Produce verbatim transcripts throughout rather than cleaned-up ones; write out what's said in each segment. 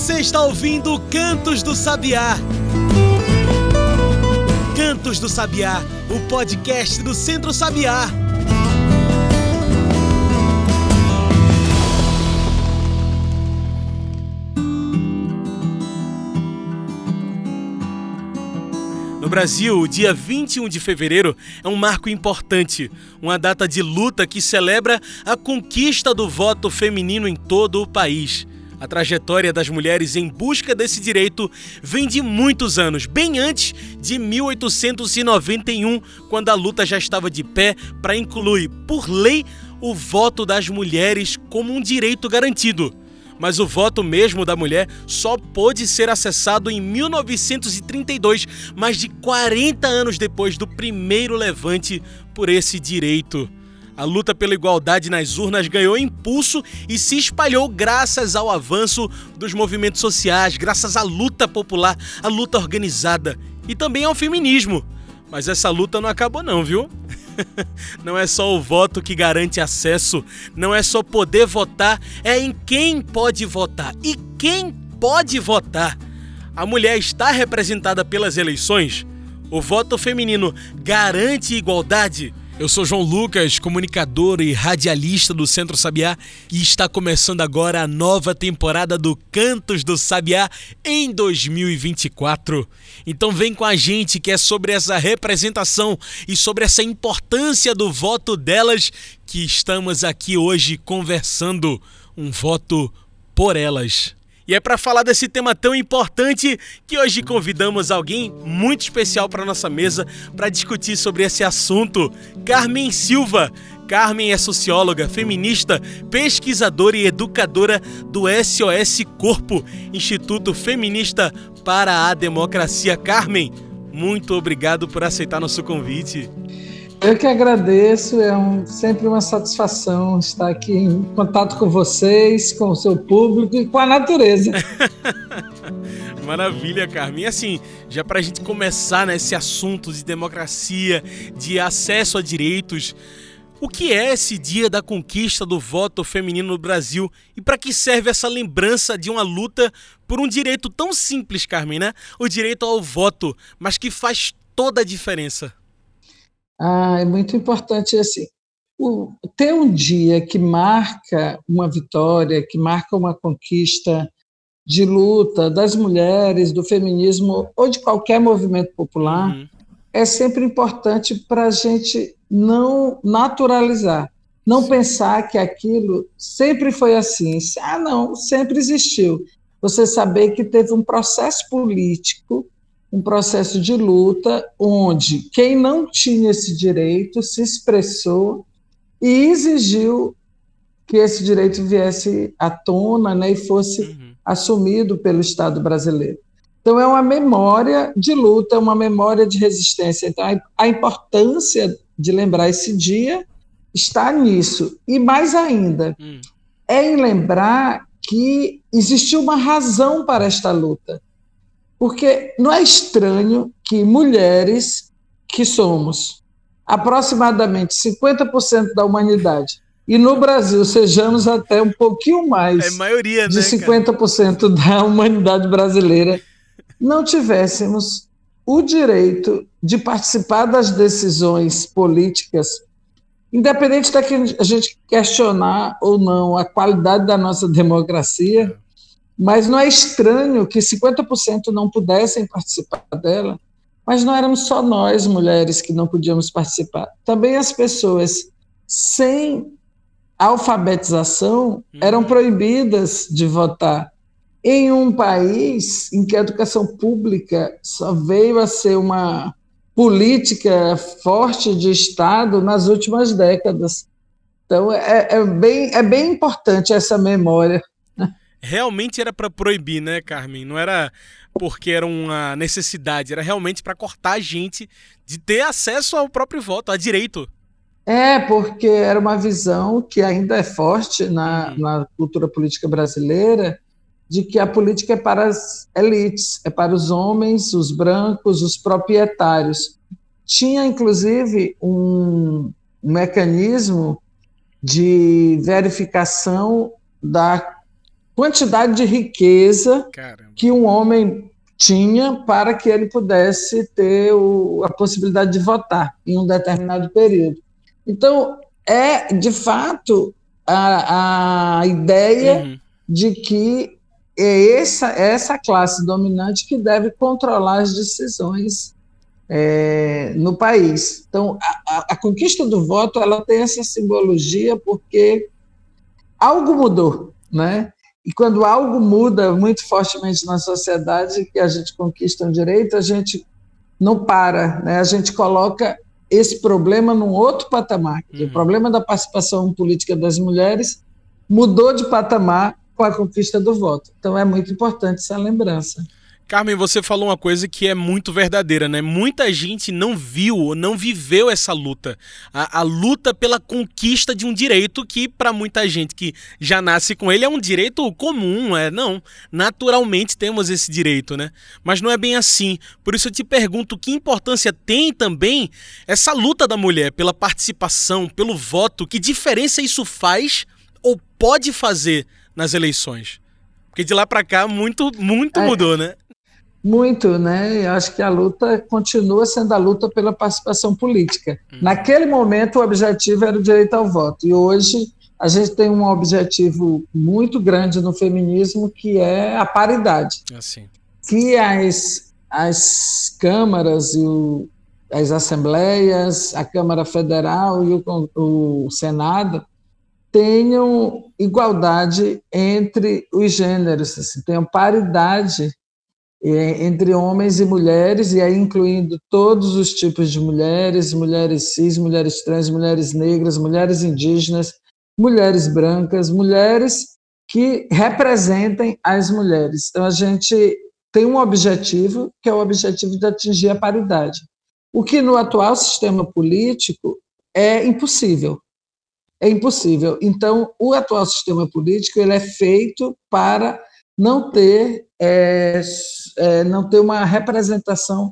Você está ouvindo Cantos do Sabiá. Cantos do Sabiá, o podcast do Centro Sabiá. No Brasil, o dia vinte e um de fevereiro é um marco importante, uma data de luta que celebra a conquista do voto feminino em todo o país. A trajetória das mulheres em busca desse direito vem de muitos anos, bem antes de mil oitocentos e noventa e um, quando a luta já estava de pé para incluir, por lei, o voto das mulheres como um direito garantido. Mas o voto mesmo da mulher só pôde ser acessado em mil novecentos e trinta e dois, mais de quarenta anos depois do primeiro levante por esse direito. A luta pela igualdade nas urnas ganhou impulso e se espalhou graças ao avanço dos movimentos sociais, graças à luta popular, à luta organizada e também ao feminismo. Mas essa luta não acabou não, viu? Não é só o voto que garante acesso, não é só poder votar, é em quem pode votar e quem pode votar. A mulher está representada pelas eleições? O voto feminino garante igualdade? Eu sou João Lucas, comunicador e radialista do Centro Sabiá, e está começando agora a nova temporada do Cantos do Sabiá em dois mil e vinte e quatro. Então vem com a gente que é sobre essa representação e sobre essa importância do voto delas que estamos aqui hoje conversando. Um voto por elas. E é para falar desse tema tão importante que hoje convidamos alguém muito especial para nossa mesa para discutir sobre esse assunto. Carmen Silva. Carmen é socióloga, feminista, pesquisadora e educadora do S O S Corpo, Instituto Feminista para a Democracia. Carmen, muito obrigado por aceitar nosso convite. Eu que agradeço, é um, sempre uma satisfação estar aqui em contato com vocês, com o seu público e com a natureza. Maravilha, Carmen. E assim, já para a gente começar nesse assunto de democracia, de acesso a direitos, o que é esse dia da conquista do voto feminino no Brasil e para que serve essa lembrança de uma luta por um direito tão simples, Carmen, né? O direito ao voto, mas que faz toda a diferença. Ah, é muito importante assim, o, ter um dia que marca uma vitória, que marca uma conquista de luta das mulheres, do feminismo ou de qualquer movimento popular, uhum. É sempre importante para a gente não naturalizar, não pensar que aquilo sempre foi assim. Ah, não, sempre existiu. Você saber que teve um processo político, um processo de luta onde quem não tinha esse direito se expressou e exigiu que esse direito viesse à tona, né, e fosse uhum. assumido pelo Estado brasileiro. Então, é uma memória de luta, uma memória de resistência. Então, a importância de lembrar esse dia está nisso. E mais ainda, uhum. é em lembrar que existiu uma razão para esta luta. Porque não é estranho que mulheres, que somos aproximadamente cinquenta por cento da humanidade, e no Brasil sejamos até um pouquinho mais é maioria, de né, cinquenta por cento da humanidade brasileira, não tivéssemos o direito de participar das decisões políticas, independente da que a gente questionar ou não a qualidade da nossa democracia. Mas não é estranho que cinquenta por cento não pudessem participar dela, mas não éramos só nós, mulheres, que não podíamos participar. Também as pessoas sem alfabetização eram proibidas de votar. Em um país em que a educação pública só veio a ser uma política forte de Estado nas últimas décadas. Então, é, é, bem, é bem importante essa memória. Realmente era para proibir, né, Carmen? Não era porque era uma necessidade, era realmente para cortar a gente de ter acesso ao próprio voto, a direito. É, porque era uma visão que ainda é forte na, hum. na cultura política brasileira, de que a política é para as elites, é para os homens, os brancos, os proprietários. Tinha, inclusive, um, um mecanismo de verificação da quantidade de riqueza Caramba. que um homem tinha para que ele pudesse ter o, a possibilidade de votar em um determinado período. Então, é, de fato, a, a ideia uhum. de que é essa, essa classe dominante que deve controlar as decisões é, no país. Então, a, a, a conquista do voto ela tem essa simbologia porque algo mudou, né? E quando algo muda muito fortemente na sociedade, que a gente conquista um direito, a gente não para, né? A gente coloca esse problema num outro patamar. Uhum. O problema da participação política das mulheres mudou de patamar com a conquista do voto. Então é muito importante essa lembrança. Carmen, você falou uma coisa que é muito verdadeira, né? Muita gente não viu ou não viveu essa luta. A, a luta pela conquista de um direito que, para muita gente que já nasce com ele, é um direito comum, é? Não, naturalmente temos esse direito, né? Mas não é bem assim. Por isso eu te pergunto, que importância tem também essa luta da mulher pela participação, pelo voto? Que diferença isso faz ou pode fazer nas eleições? Porque de lá para cá muito, muito é. mudou, né? Muito, né? Eu acho que a luta continua sendo a luta pela participação política. Hum. Naquele momento, o objetivo era o direito ao voto. E hoje, a gente tem um objetivo muito grande no feminismo, que é a paridade. Assim. Que as, as câmaras e o, as assembleias, a Câmara Federal e o, o Senado tenham igualdade entre os gêneros, assim, tenham paridade entre homens e mulheres, e aí incluindo todos os tipos de mulheres, mulheres cis, mulheres trans, mulheres negras, mulheres indígenas, mulheres brancas, mulheres que representem as mulheres. Então, a gente tem um objetivo, que é o objetivo de atingir a paridade, o que no atual sistema político é impossível. É impossível. Então, o atual sistema político ele é feito para não ter, é, é, não ter uma representação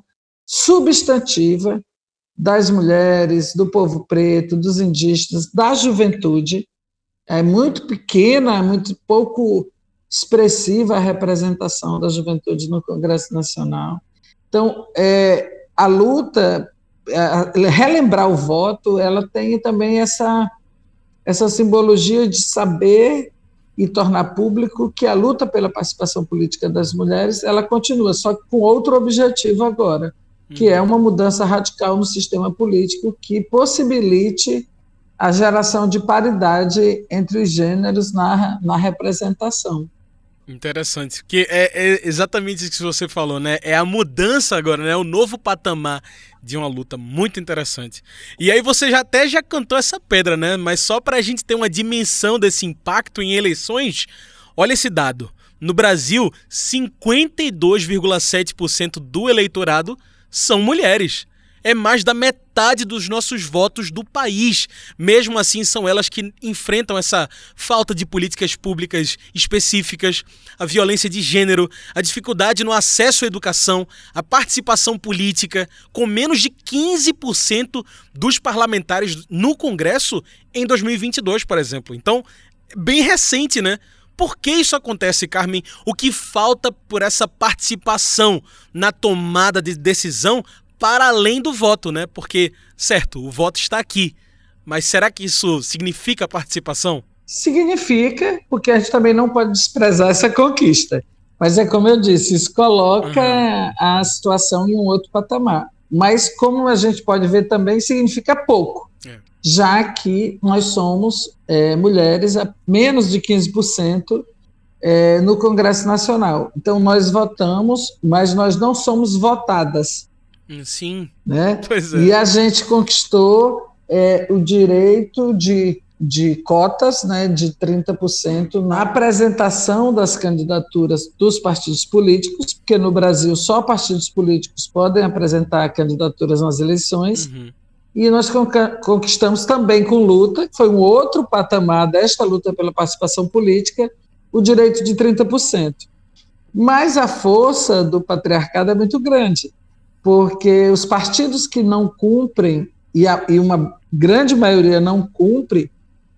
substantiva das mulheres, do povo preto, dos indígenas, da juventude. É muito pequena, muito pouco expressiva a representação da juventude no Congresso Nacional. Então, é, a luta, é, relembrar o voto, ela tem também essa, essa simbologia de saber e tornar público que a luta pela participação política das mulheres ela continua, só que com outro objetivo agora, que é uma mudança radical no sistema político que possibilite a geração de paridade entre os gêneros na, na representação. Interessante, porque é, é exatamente isso que você falou, né? É a mudança agora, né? O novo patamar de uma luta muito interessante. E aí você já até já cantou essa pedra, né? Mas só para a gente ter uma dimensão desse impacto em eleições, olha esse dado. No Brasil, cinquenta e dois vírgula sete por cento do eleitorado são mulheres. É mais da metade dos nossos votos do país. Mesmo assim, são elas que enfrentam essa falta de políticas públicas específicas, a violência de gênero, a dificuldade no acesso à educação, a participação política, com menos de quinze por cento dos parlamentares no Congresso em dois mil e vinte e dois, por exemplo. Então, bem recente, né? Por que isso acontece, Carmen? O que falta por essa participação na tomada de decisão para além do voto, né? Porque, certo, o voto está aqui, mas será que isso significa participação? Significa, porque a gente também não pode desprezar essa conquista. Mas é como eu disse, isso coloca uhum. a situação em um outro patamar. Mas, como a gente pode ver também, significa pouco, é. já que nós somos é, mulheres a menos de quinze por cento é, no Congresso Nacional. Então, nós votamos, mas nós não somos votadas. Sim, né? Pois é. E a gente conquistou é, o direito de, de cotas, né, de trinta por cento na apresentação das candidaturas dos partidos políticos, porque no Brasil só partidos políticos podem apresentar candidaturas nas eleições, uhum. e nós conquistamos também com luta, que foi um outro patamar desta luta pela participação política, o direito de trinta por cento. Mas a força do patriarcado é muito grande, porque os partidos que não cumprem, e, a, e uma grande maioria não cumpre,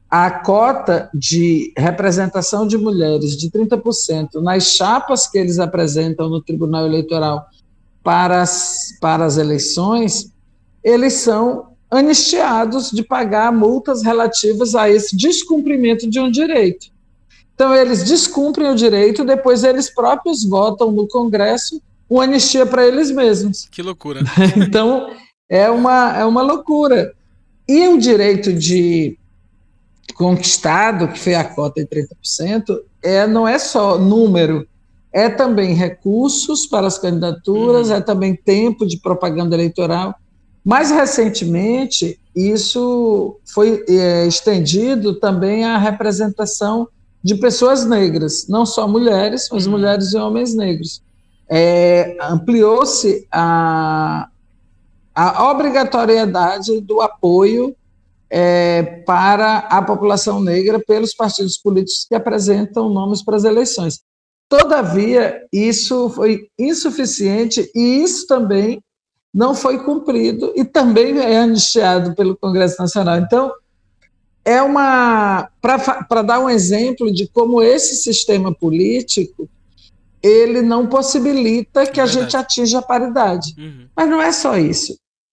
a cota de representação de mulheres de trinta por cento nas chapas que eles apresentam no Tribunal Eleitoral para as, para as eleições, eles são anistiados de pagar multas relativas a esse descumprimento de um direito. Então, eles descumprem o direito, depois eles próprios votam no Congresso uma anistia para eles mesmos. Que loucura. Então, é uma, é uma loucura. E o direito de conquistado, que foi a cota de trinta por cento, é, não é só número, é também recursos para as candidaturas, uhum. é também tempo de propaganda eleitoral. Mais recentemente, isso foi é, estendido também à representação de pessoas negras, não só mulheres, mas uhum. mulheres e homens negros. É, ampliou-se a, a obrigatoriedade do apoio É, para a população negra pelos partidos políticos que apresentam nomes para as eleições. Todavia, isso foi insuficiente e isso também não foi cumprido e também é anistiado pelo Congresso Nacional. Então, é uma para dar um exemplo de como esse sistema político ele não possibilita que a gente atinja a paridade. Uhum. Mas não é só isso.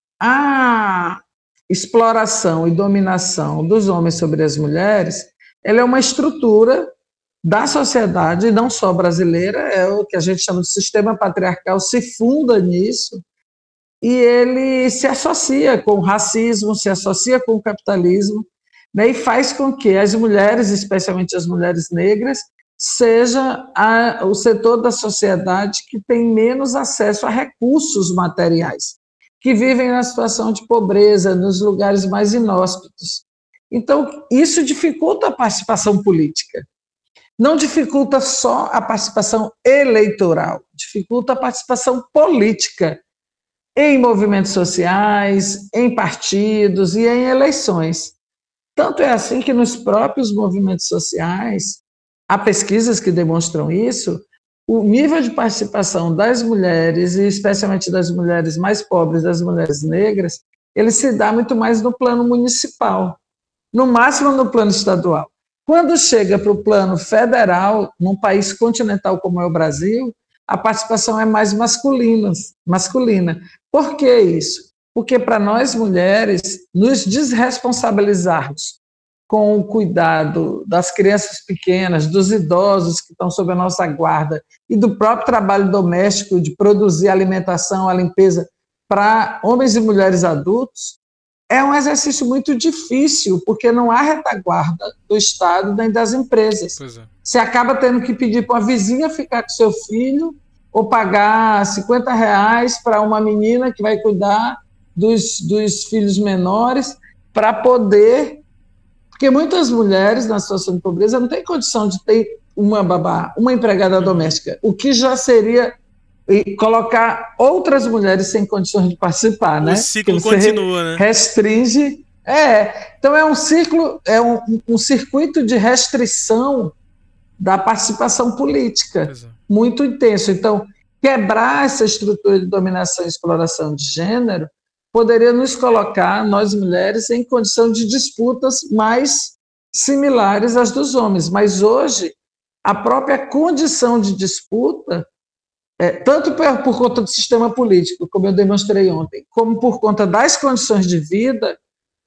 A exploração e dominação dos homens sobre as mulheres, ela é uma estrutura da sociedade, não só brasileira, é o que a gente chama de sistema patriarcal, se funda nisso, e ele se associa com o racismo, se associa com o capitalismo, né, e faz com que as mulheres, especialmente as mulheres negras, seja a, o setor da sociedade que tem menos acesso a recursos materiais, que vivem na situação de pobreza, nos lugares mais inóspitos. Então, isso dificulta a participação política. Não dificulta só a participação eleitoral, dificulta a participação política em movimentos sociais, em partidos e em eleições. Tanto é assim que nos próprios movimentos sociais, há pesquisas que demonstram isso, o nível de participação das mulheres, e especialmente das mulheres mais pobres, das mulheres negras, ele se dá muito mais no plano municipal, no máximo no plano estadual. Quando chega para o plano federal, num país continental como é o Brasil, a participação é mais masculina. masculina. Por que isso? Porque para nós mulheres, nos desresponsabilizarmos com o cuidado das crianças pequenas, dos idosos que estão sob a nossa guarda e do próprio trabalho doméstico de produzir alimentação, a limpeza para homens e mulheres adultos, é um exercício muito difícil, porque não há retaguarda do Estado nem das empresas. Pois é. Você acaba tendo que pedir para uma vizinha ficar com seu filho ou pagar cinquenta reais para uma menina que vai cuidar dos, dos filhos menores para poder... Porque muitas mulheres na situação de pobreza não têm condição de ter uma babá, uma empregada doméstica, o que já seria colocar outras mulheres sem condições de participar, né? O ciclo continua, né? Restringe. É, então é um ciclo, é um, um circuito de restrição da participação política, muito intenso. Então, quebrar essa estrutura de dominação e exploração de gênero poderia nos colocar, nós mulheres, em condição de disputas mais similares às dos homens. Mas hoje, a própria condição de disputa, é, tanto por, por conta do sistema político, como eu demonstrei ontem, como por conta das condições de vida,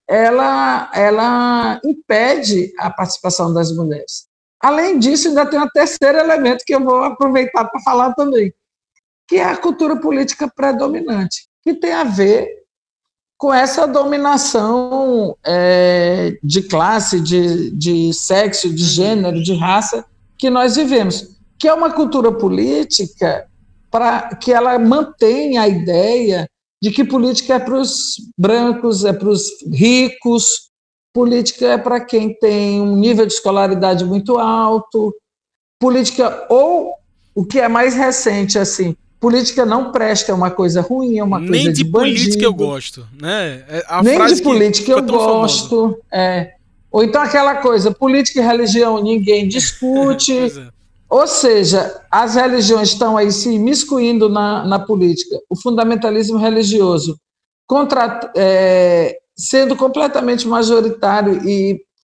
ela, ela impede a participação das mulheres. Além disso, ainda tem um terceiro elemento que eu vou aproveitar para falar também, que é a cultura política predominante, que tem a ver com essa dominação é, de classe, de, de sexo, de gênero, de raça que nós vivemos, que é uma cultura política para que ela mantenha a ideia de que política é para os brancos, é para os ricos, política é para quem tem um nível de escolaridade muito alto, política, ou o que é mais recente, assim, política não presta, é uma coisa ruim, é uma coisa de bandido. Nem de política eu gosto, né? A Nem de política eu gosto. É. Ou então aquela coisa, política e religião ninguém discute. é. Ou seja, as religiões estão aí se imiscuindo na, na política. O fundamentalismo religioso contra, é, sendo completamente majoritário e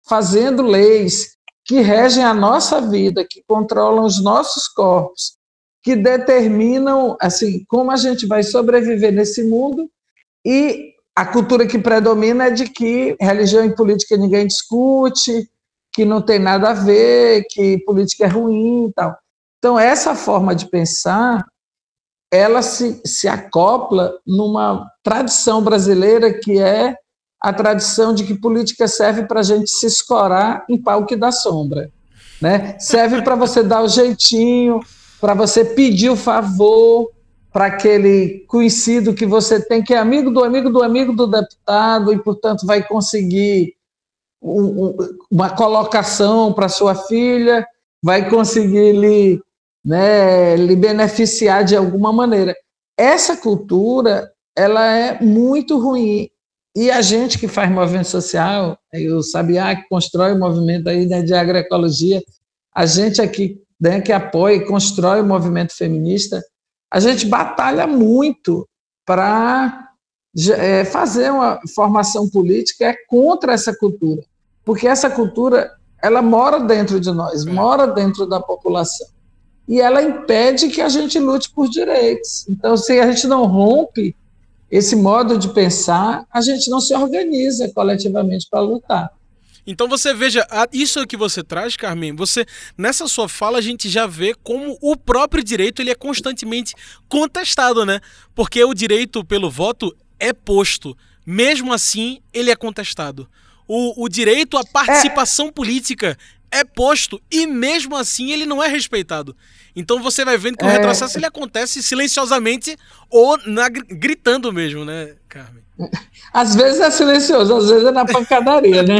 fazendo leis que regem a nossa vida, que controlam os nossos corpos, que determinam assim como a gente vai sobreviver nesse mundo. E a cultura que predomina é de que religião e política ninguém discute, que não tem nada a ver, que política é ruim e tal. Então, essa forma de pensar, ela se, se acopla numa tradição brasileira que é a tradição de que política serve para a gente se escorar em pau que dá sombra, né? Serve para você dar o jeitinho, para você pedir o favor para aquele conhecido que você tem, que é amigo do amigo do amigo do deputado e, portanto, vai conseguir um, um, uma colocação para sua filha, vai conseguir lhe, né, lhe beneficiar de alguma maneira. Essa cultura, ela é muito ruim. E a gente que faz movimento social, o Sabiá que constrói o movimento aí, né, de agroecologia, a gente aqui, né, que apoia e constrói o movimento feminista, a gente batalha muito para é, fazer uma formação política contra essa cultura, porque essa cultura ela mora dentro de nós, mora dentro da população, e ela impede que a gente lute por direitos. Então, se a gente não rompe esse modo de pensar, a gente não se organiza coletivamente para lutar. Então você veja, isso que você traz, Carmen, você, nessa sua fala a gente já vê como o próprio direito ele é constantemente contestado, né? Porque o direito pelo voto é posto, mesmo assim ele é contestado. O, o direito à participação é. política é posto e mesmo assim ele não é respeitado. Então você vai vendo que o é. retrocesso ele acontece silenciosamente ou na, gritando mesmo, né, Carmen? Às vezes é silencioso, às vezes é na pancadaria, né?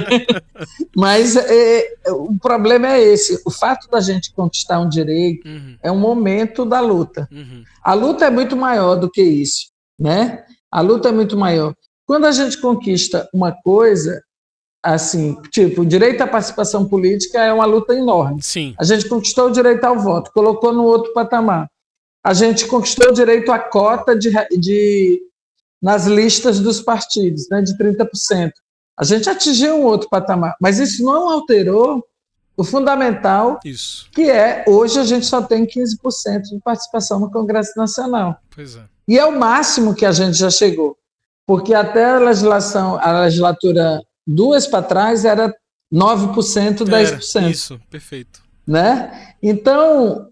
Mas é, o problema é esse, o fato da gente conquistar um direito uhum. é um momento da luta. Uhum. A luta é muito maior do que isso, né? A luta é muito maior. Quando a gente conquista uma coisa, assim, tipo, o direito à participação política é uma luta enorme. Sim. A gente conquistou o direito ao voto, colocou no outro patamar. A gente conquistou o direito à cota de, de, nas listas dos partidos, né, de trinta por cento. A gente atingiu um outro patamar, mas isso não alterou o fundamental, isso. que é, hoje a gente só tem quinze por cento de participação no Congresso Nacional. Pois é. E é o máximo que a gente já chegou, porque até a legislação, a legislatura duas para trás era nove por cento, dez por cento. Era, isso, perfeito. Né? Então,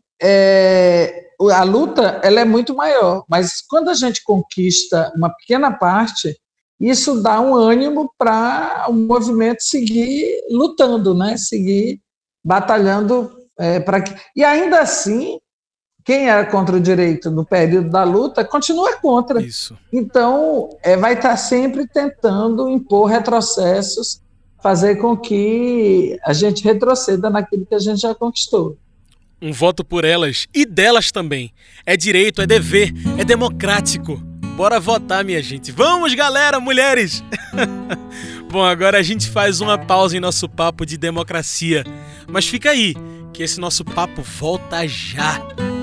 é, a luta ela é muito maior, mas quando a gente conquista uma pequena parte, isso dá um ânimo para o movimento seguir lutando, né? Seguir batalhando. É, para que... E ainda assim, quem era contra o direito no período da luta continua contra. Isso. Então, é, vai estar sempre tentando impor retrocessos, fazer com que a gente retroceda naquilo que a gente já conquistou. Um voto por elas e delas também. É direito, é dever, é democrático. Bora votar, minha gente. Vamos, galera, mulheres! Bom, agora a gente faz uma pausa em nosso papo de democracia. Mas fica aí, que esse nosso papo volta já.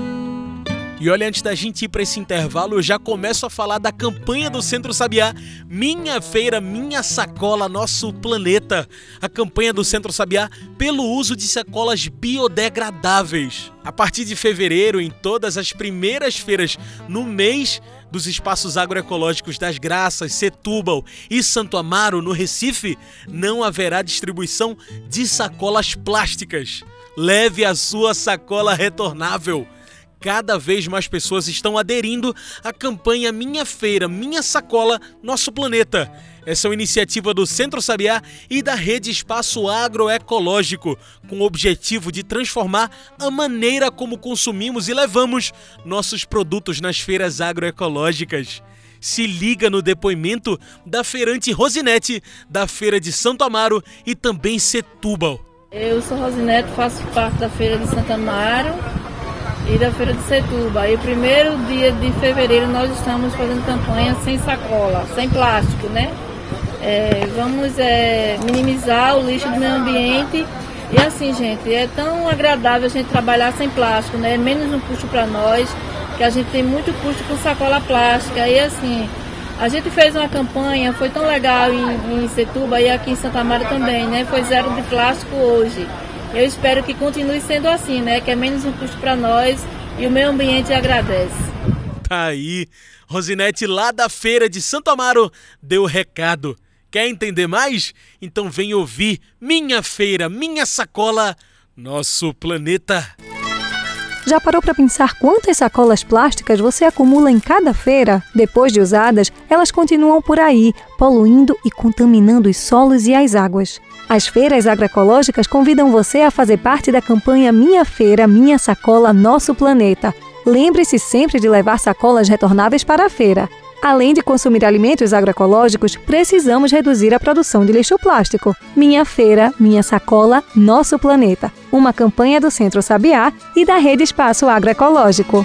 E olha, antes da gente ir para esse intervalo, eu já começo a falar da campanha do Centro Sabiá, Minha Feira, Minha Sacola, Nosso Planeta. A campanha do Centro Sabiá pelo uso de sacolas biodegradáveis. A partir de fevereiro, em todas as primeiras feiras no mês dos espaços agroecológicos das Graças, Setúbal e Santo Amaro, no Recife, não haverá distribuição de sacolas plásticas. Leve a sua sacola retornável. Cada vez mais pessoas estão aderindo à campanha Minha Feira, Minha Sacola, Nosso Planeta. Essa é uma iniciativa do Centro Sabiá e da Rede Espaço Agroecológico, com o objetivo de transformar a maneira como consumimos e levamos nossos produtos nas feiras agroecológicas. Se liga no depoimento da feirante Rosinete, da Feira de Santo Amaro e também Setúbal. Eu sou Rosinete, faço parte da Feira de Santo Amaro e da Feira de Setúbal. E o primeiro dia de fevereiro nós estamos fazendo campanha sem sacola, sem plástico, né? É, vamos é, minimizar o lixo do meio ambiente. E assim, gente, é tão agradável a gente trabalhar sem plástico, né? É menos um custo para nós, que a gente tem muito custo com sacola plástica. E assim, A gente fez uma campanha, foi tão legal em, em Setuba e aqui em Santo Amaro também, né? Foi zero de plástico hoje. Eu espero que continue sendo assim, né? Que é menos um custo para nós e o meio ambiente agradece. Tá aí, Rosinete lá da feira de Santo Amaro deu o recado. Quer entender mais? Então vem ouvir Minha Feira, Minha Sacola, Nosso Planeta. Já parou para pensar quantas sacolas plásticas você acumula em cada feira? Depois de usadas, elas continuam por aí, poluindo e contaminando os solos e as águas. As feiras agroecológicas convidam você a fazer parte da campanha Minha Feira, Minha Sacola, Nosso Planeta. Lembre-se sempre de levar sacolas retornáveis para a feira. Além de consumir alimentos agroecológicos, precisamos reduzir a produção de lixo plástico. Minha Feira, Minha Sacola, Nosso Planeta. Uma campanha do Centro Sabiá e da Rede Espaço Agroecológico.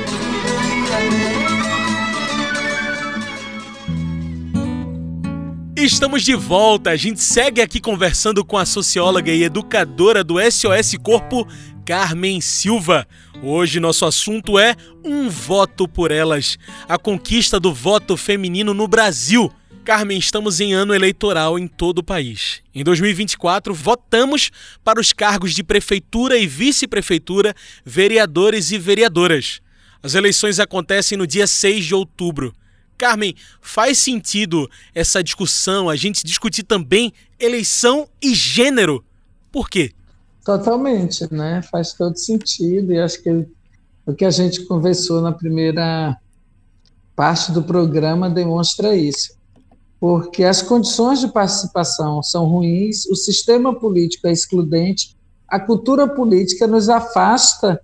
Estamos de volta. A gente segue aqui conversando com a socióloga e educadora do S O S Corpo, Carmen Silva. Hoje nosso assunto é Um Voto por Elas, a conquista do voto feminino no Brasil. Carmen, estamos em ano eleitoral em todo o país. Em dois mil e vinte e quatro, votamos para os cargos de prefeitura e vice-prefeitura, vereadores e vereadoras. As eleições acontecem no dia seis de outubro. Carmen, faz sentido essa discussão, a gente discutir também eleição e gênero? Por quê? Totalmente, né? Faz todo sentido, e acho que o que a gente conversou na primeira parte do programa demonstra isso, porque as condições de participação são ruins, o sistema político é excludente, a cultura política nos afasta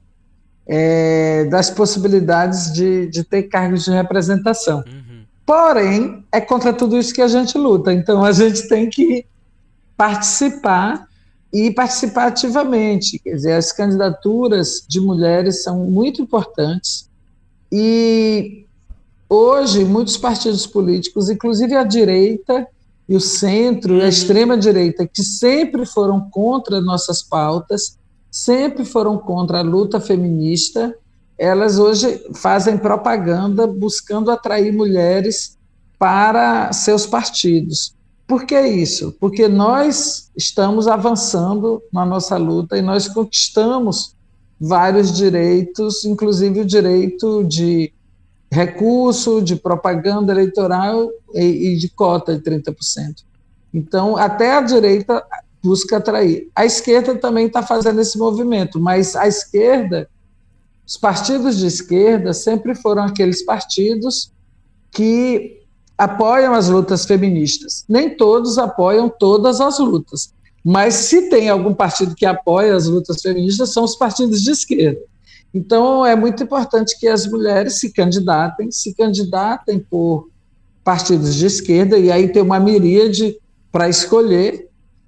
é, das possibilidades de, de ter cargos de representação. Uhum. Porém, é contra tudo isso que a gente luta, então a gente tem que participar e participar ativamente. Quer dizer, as candidaturas de mulheres são muito importantes e hoje muitos partidos políticos, inclusive a direita e o centro, a extrema-direita, que sempre foram contra nossas pautas, sempre foram contra a luta feminista, elas hoje fazem propaganda buscando atrair mulheres para seus partidos. Por que isso? Porque nós estamos avançando na nossa luta e nós conquistamos vários direitos, inclusive o direito de recurso, de propaganda eleitoral e, e de cota de trinta por cento. Então, até a direita busca atrair. A esquerda também está fazendo esse movimento, mas a esquerda, os partidos de esquerda sempre foram aqueles partidos que apoiam as lutas feministas. Nem todos apoiam todas as lutas, mas se tem algum partido que apoia as lutas feministas, são os partidos de esquerda. Então, é muito importante que as mulheres se candidatem, se candidatem por partidos de esquerda, e aí tem uma miríade para escolher,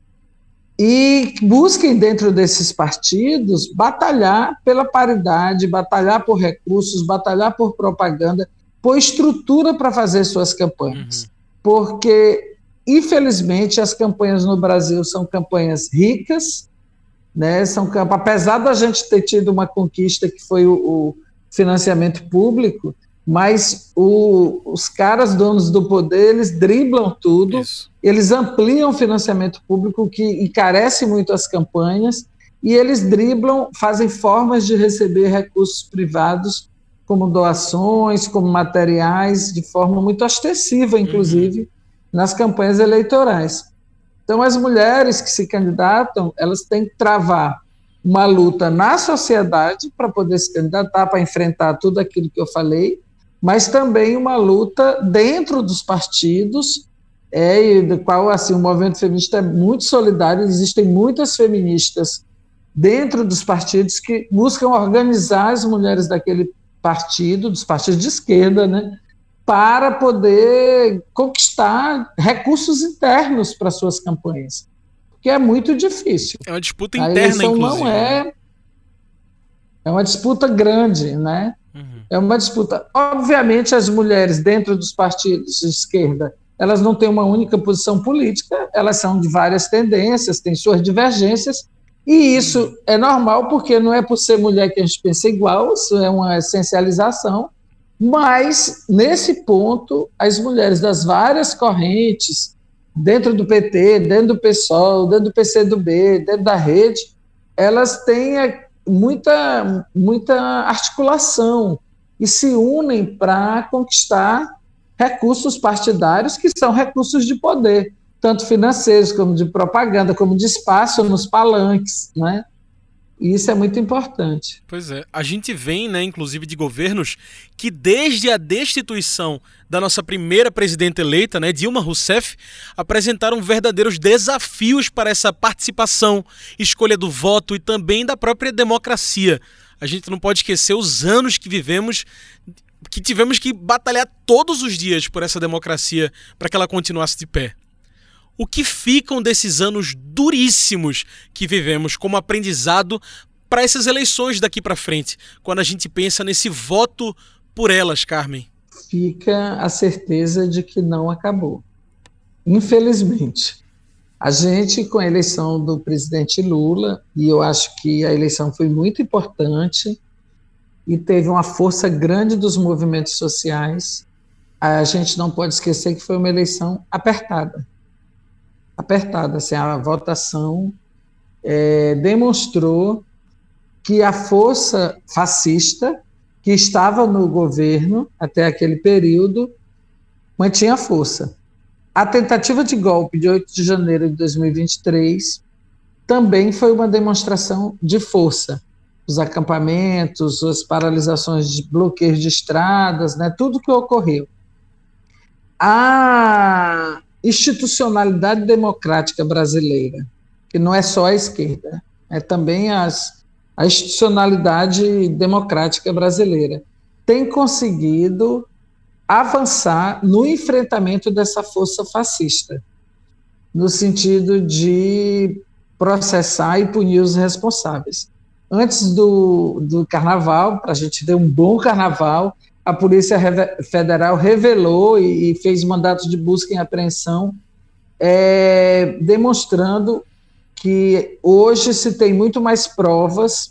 e busquem dentro desses partidos batalhar pela paridade, batalhar por recursos, batalhar por propaganda, por estrutura para fazer suas campanhas. Uhum. Porque, infelizmente, as campanhas no Brasil são campanhas ricas, né? São, apesar da gente ter tido uma conquista que foi o, o financiamento público, mas o, os caras donos do poder, eles driblam tudo, Isso. Eles ampliam o financiamento público, que encarece muito as campanhas, e eles driblam, fazem formas de receber recursos privados, como doações, como materiais, de forma muito ostensiva, inclusive, uhum. nas campanhas eleitorais. Então, as mulheres que se candidatam, elas têm que travar uma luta na sociedade para poder se candidatar, para enfrentar tudo aquilo que eu falei, mas também uma luta dentro dos partidos, é, e do qual assim, o movimento feminista é muito solidário, existem muitas feministas dentro dos partidos que buscam organizar as mulheres daquele partido, dos partidos de esquerda, né, para poder conquistar recursos internos para suas campanhas, porque é muito difícil. É uma disputa interna, inclusive. Não é, é uma disputa grande, né? Uhum. É uma disputa. Obviamente, as mulheres dentro dos partidos de esquerda, elas não têm uma única posição política, elas são de várias tendências, têm suas divergências, e isso é normal, porque não é por ser mulher que a gente pensa igual, isso é uma essencialização, Mas, nesse ponto, as mulheres das várias correntes, dentro do P T, dentro do PSOL, dentro do P C do B, dentro da rede, elas têm muita, muita articulação e se unem para conquistar recursos partidários que são recursos de poder, tanto financeiros como de propaganda, como de espaço nos palanques, né? E isso é muito importante. Pois é. A gente vem, né, inclusive, de governos que desde a destituição da nossa primeira presidenta eleita, né, Dilma Rousseff, apresentaram verdadeiros desafios para essa participação, escolha do voto e também da própria democracia. A gente não pode esquecer os anos que vivemos, que tivemos que batalhar todos os dias por essa democracia para que ela continuasse de pé. O que ficam desses anos duríssimos que vivemos como aprendizado para essas eleições daqui para frente, quando a gente pensa nesse voto por elas, Carmen? Fica a certeza de que não acabou. Infelizmente. A gente, com a eleição do presidente Lula, e eu acho que a eleição foi muito importante e teve uma força grande dos movimentos sociais, a gente não pode esquecer que foi uma eleição apertada. apertada, assim, a votação é, demonstrou que a força fascista que estava no governo até aquele período mantinha força. A tentativa de golpe de oito de janeiro de dois mil e vinte e três também foi uma demonstração de força. Os acampamentos, as paralisações de bloqueios de estradas, né, tudo que ocorreu. A institucionalidade democrática brasileira, que não é só a esquerda, é também as, a institucionalidade democrática brasileira, tem conseguido avançar no enfrentamento dessa força fascista, no sentido de processar e punir os responsáveis. Antes do, do carnaval, para a gente ter um bom carnaval, a Polícia Federal revelou e, e fez mandatos de busca e apreensão, é, demonstrando que hoje se tem muito mais provas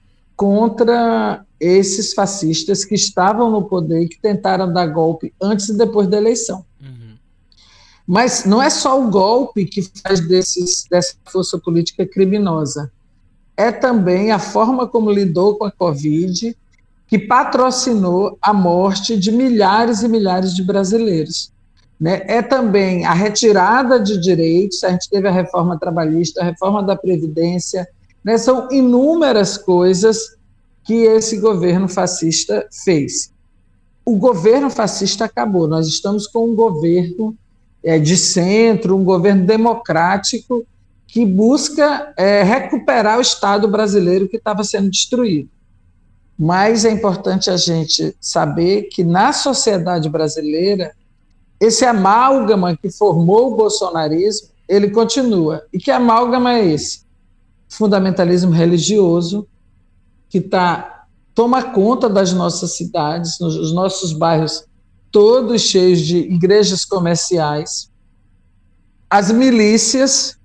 contra esses fascistas que estavam no poder e que tentaram dar golpe antes e depois da eleição. Uhum. Mas não é só o golpe que faz desses, dessa força política criminosa, é também a forma como lidou com a Covid, que patrocinou a morte de milhares e milhares de brasileiros. Né? É também a retirada de direitos, a gente teve a reforma trabalhista, a reforma da Previdência, né? São inúmeras coisas que esse governo fascista fez. O governo fascista acabou, nós estamos com um governo é, de centro, um governo democrático que busca é, recuperar o Estado brasileiro que estava sendo destruído. Mas é importante a gente saber que na sociedade brasileira, esse amálgama que formou o bolsonarismo, ele continua. E que amálgama é esse? Fundamentalismo religioso, que tá, toma conta das nossas cidades, nos nossos bairros todos cheios de igrejas comerciais, as milícias,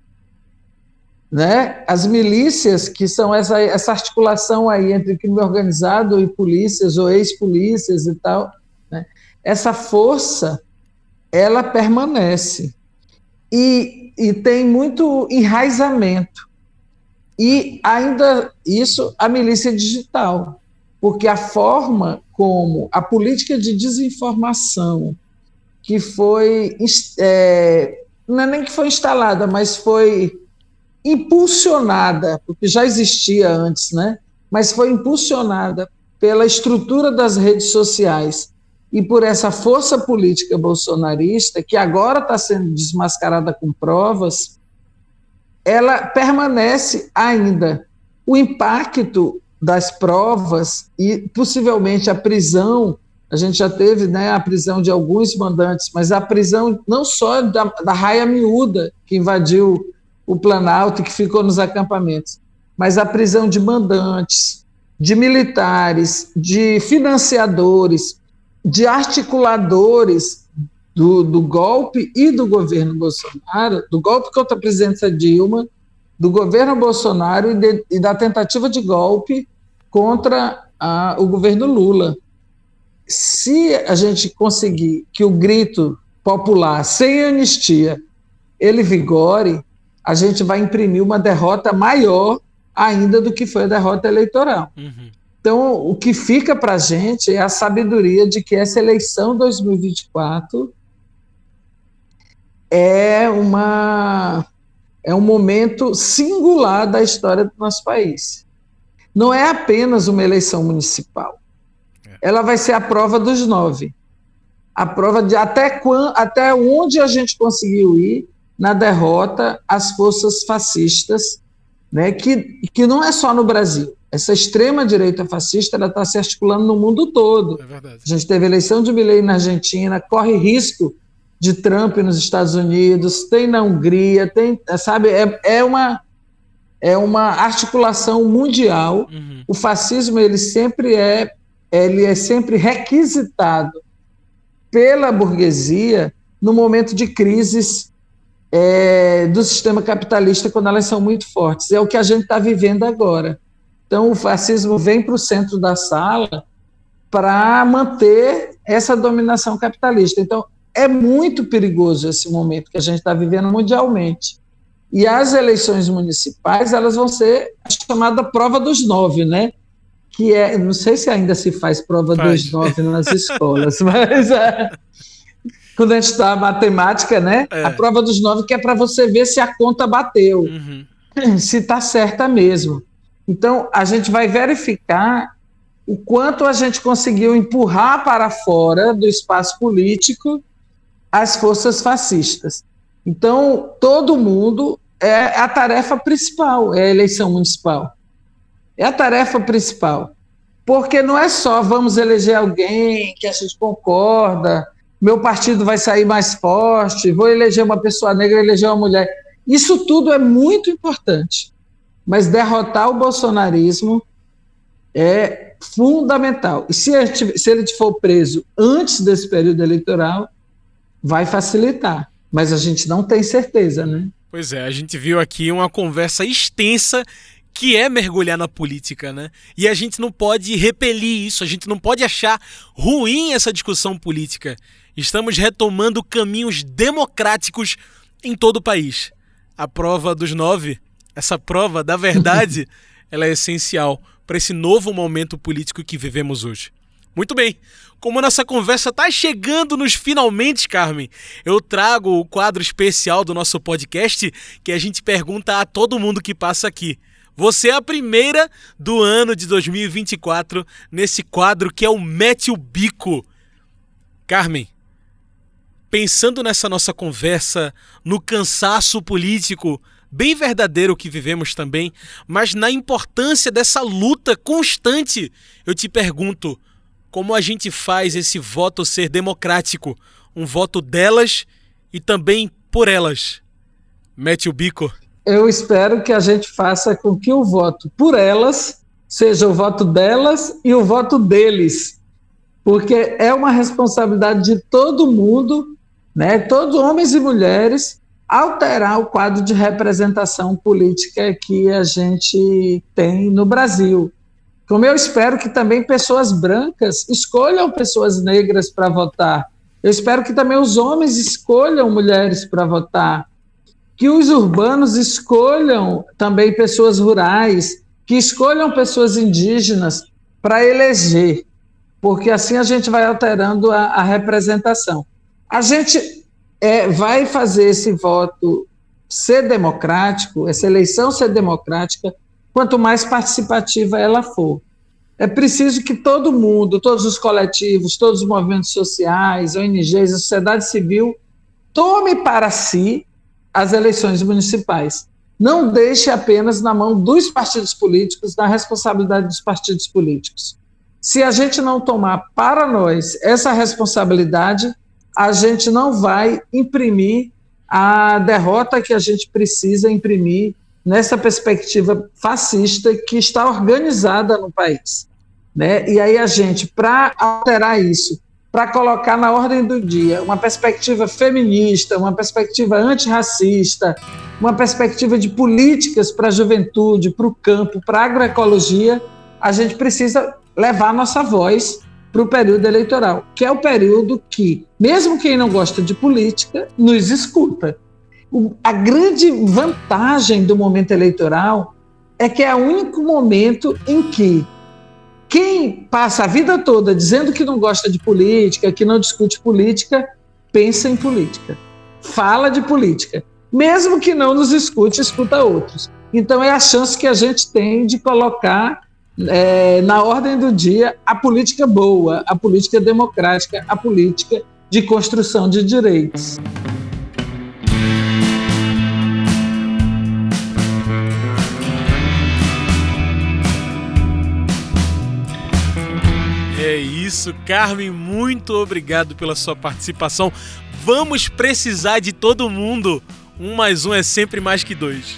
né? As milícias, que são essa, essa articulação aí entre crime organizado e polícias ou ex-polícias e tal, né? Essa força, ela permanece e, e tem muito enraizamento. E ainda isso, a milícia digital, porque a forma como a política de desinformação que foi, é, não é nem que foi instalada, mas foi impulsionada, porque já existia antes, né? Mas foi impulsionada pela estrutura das redes sociais e por essa força política bolsonarista, que agora está sendo desmascarada com provas, ela permanece ainda. O impacto das provas e possivelmente a prisão, a gente já teve, né, a prisão de alguns mandantes, mas a prisão não só da, da raia miúda que invadiu o Planalto, que ficou nos acampamentos, mas a prisão de mandantes, de militares, de financiadores, de articuladores do, do golpe e do governo Bolsonaro, do golpe contra a presidenta Dilma, do governo Bolsonaro e, de, e da tentativa de golpe contra a, o governo Lula. se a gente conseguir que o grito popular, sem anistia, ele vigore, a gente vai imprimir uma derrota maior ainda do que foi a derrota eleitoral. Uhum. Então, o que fica para a gente é a sabedoria de que essa eleição dois mil e vinte e quatro é, uma, é um momento singular da história do nosso país. Não é apenas uma eleição municipal. Ela vai ser a prova dos nove. A prova de até, quando, até onde a gente conseguiu ir na derrota às forças fascistas, né, que, que não é só no Brasil. Essa extrema-direita fascista está se articulando no mundo todo. É verdade. A gente teve eleição de Milei na Argentina, corre risco de Trump nos Estados Unidos, tem na Hungria, tem, sabe, é, é, uma, é uma articulação mundial. Uhum. O fascismo ele sempre é, ele é sempre requisitado pela burguesia no momento de crises é, do sistema capitalista, quando elas são muito fortes. É o que a gente está vivendo agora. Então, o fascismo vem para o centro da sala para manter essa dominação capitalista. Então, é muito perigoso esse momento que a gente está vivendo mundialmente. E as eleições municipais, elas vão ser a chamada prova dos nove, né? Que é, não sei se ainda se faz prova faz. dos nove nas escolas, mas é, quando a gente está matemática, né? É. A prova dos nove que é para você ver se a conta bateu, uhum. se está certa mesmo. Então, a gente vai verificar o quanto a gente conseguiu empurrar para fora do espaço político as forças fascistas. Então, todo mundo, é a tarefa principal, é a eleição municipal. É a tarefa principal. Porque não é só vamos eleger alguém que a gente concorda, meu partido vai sair mais forte, vou eleger uma pessoa negra, eleger uma mulher. Isso tudo é muito importante. Mas derrotar o bolsonarismo é fundamental. E se, gente, se ele for preso antes desse período eleitoral, vai facilitar. Mas a gente não tem certeza, né? Pois é, a gente viu aqui uma conversa extensa que é mergulhar na política, né? E a gente não pode repelir isso, a gente não pode achar ruim essa discussão política. Estamos retomando caminhos democráticos em todo o país. A prova dos nove... Essa prova da verdade, ela é essencial para esse novo momento político que vivemos hoje. Muito bem, como a nossa conversa está chegando nos finalmente, Carmen, eu trago o quadro especial do nosso podcast que a gente pergunta a todo mundo que passa aqui. Você é a primeira do ano de dois mil e vinte e quatro nesse quadro que é o Mete o Bico. Carmen, pensando nessa nossa conversa, no cansaço político bem verdadeiro que vivemos também, mas na importância dessa luta constante, eu te pergunto, como a gente faz esse voto ser democrático? Um voto delas e também por elas. Mete o bico. Eu espero que a gente faça com que o voto por elas seja o voto delas e o voto deles, porque é uma responsabilidade de todo mundo, né? Todos homens e mulheres, alterar o quadro de representação política que a gente tem no Brasil. Como eu espero que também pessoas brancas escolham pessoas negras para votar. Eu espero que também os homens escolham mulheres para votar. Que os urbanos escolham também pessoas rurais, que escolham pessoas indígenas para eleger, porque assim a gente vai alterando a, a representação. A gente... É, vai fazer esse voto ser democrático, essa eleição ser democrática, quanto mais participativa ela for. É preciso que todo mundo, todos os coletivos, todos os movimentos sociais, O N Gs, a sociedade civil, tome para si as eleições municipais. Não deixe apenas na mão dos partidos políticos, na responsabilidade dos partidos políticos. Se a gente não tomar para nós essa responsabilidade, a gente não vai imprimir a derrota que a gente precisa imprimir nessa perspectiva fascista que está organizada no país, né? E aí a gente, para alterar isso, para colocar na ordem do dia uma perspectiva feminista, uma perspectiva antirracista, uma perspectiva de políticas para a juventude, para o campo, para a agroecologia, a gente precisa levar a nossa voz para o período eleitoral, que é o período que, mesmo quem não gosta de política, nos escuta. O, a grande vantagem do momento eleitoral é que é o único momento em que quem passa a vida toda dizendo que não gosta de política, que não discute política, pensa em política, fala de política. Mesmo que não nos escute, escuta outros. Então é a chance que a gente tem de colocar é, na ordem do dia a política boa, a política democrática, a política de construção de direitos. É isso, Carmen, muito obrigado pela sua participação. Vamos precisar de todo mundo. Um mais um é sempre mais que dois.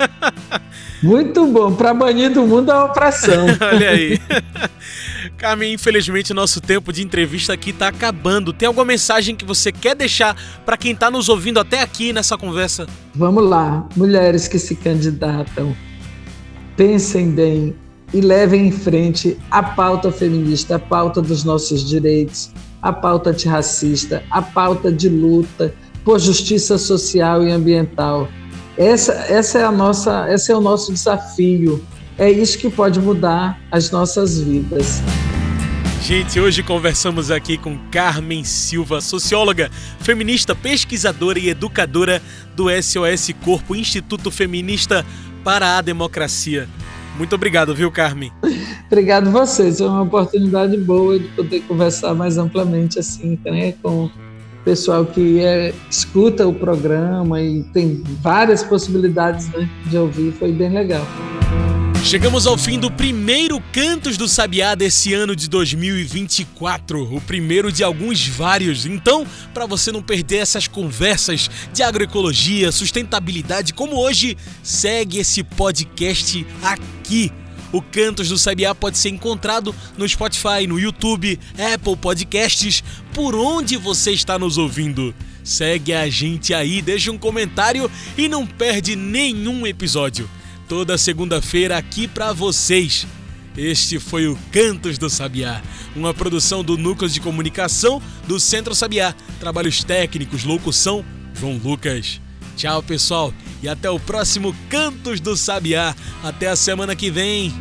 Muito bom, para banir do mundo é uma operação. Olha aí. Carmen, infelizmente nosso tempo de entrevista aqui está acabando. Tem alguma mensagem que você quer deixar para quem está nos ouvindo até aqui nessa conversa? Vamos lá, mulheres que se candidatam, pensem bem e levem em frente a pauta feminista, a pauta dos nossos direitos, a pauta antirracista, a pauta de luta por justiça social e ambiental. Essa, essa é a nossa, esse é o nosso desafio. É isso que pode mudar as nossas vidas. Gente, hoje conversamos aqui com Carmen Silva, socióloga, feminista, pesquisadora e educadora do S O S Corpo, Instituto Feminista para a Democracia. Muito obrigado, viu, Carmen? Obrigado a vocês. É uma oportunidade boa de poder conversar mais amplamente assim, né, com o pessoal que é, escuta o programa e tem várias possibilidades, né, de ouvir. Foi bem legal. Chegamos ao fim do primeiro Cantos do Sabiá desse ano de dois mil e vinte e quatro, o primeiro de alguns vários. Então, para você não perder essas conversas de agroecologia, sustentabilidade, como hoje, segue esse podcast aqui. O Cantos do Sabiá pode ser encontrado no Spotify, no YouTube, Apple Podcasts, por onde você está nos ouvindo. Segue a gente aí, deixa um comentário e não perde nenhum episódio. Toda segunda-feira aqui para vocês. Este foi o Cantos do Sabiá, uma produção do Núcleo de Comunicação do Centro Sabiá. Trabalhos técnicos, locução, João Lucas. Tchau, pessoal, e até o próximo Cantos do Sabiá. Até a semana que vem.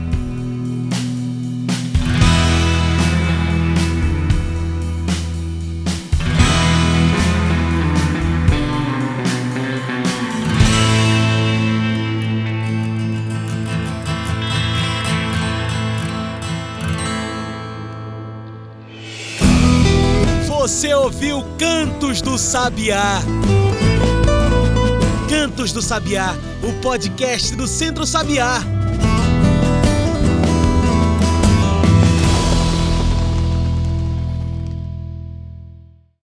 Você ouviu Cantos do Sabiá. Cantos do Sabiá, o podcast do Centro Sabiá.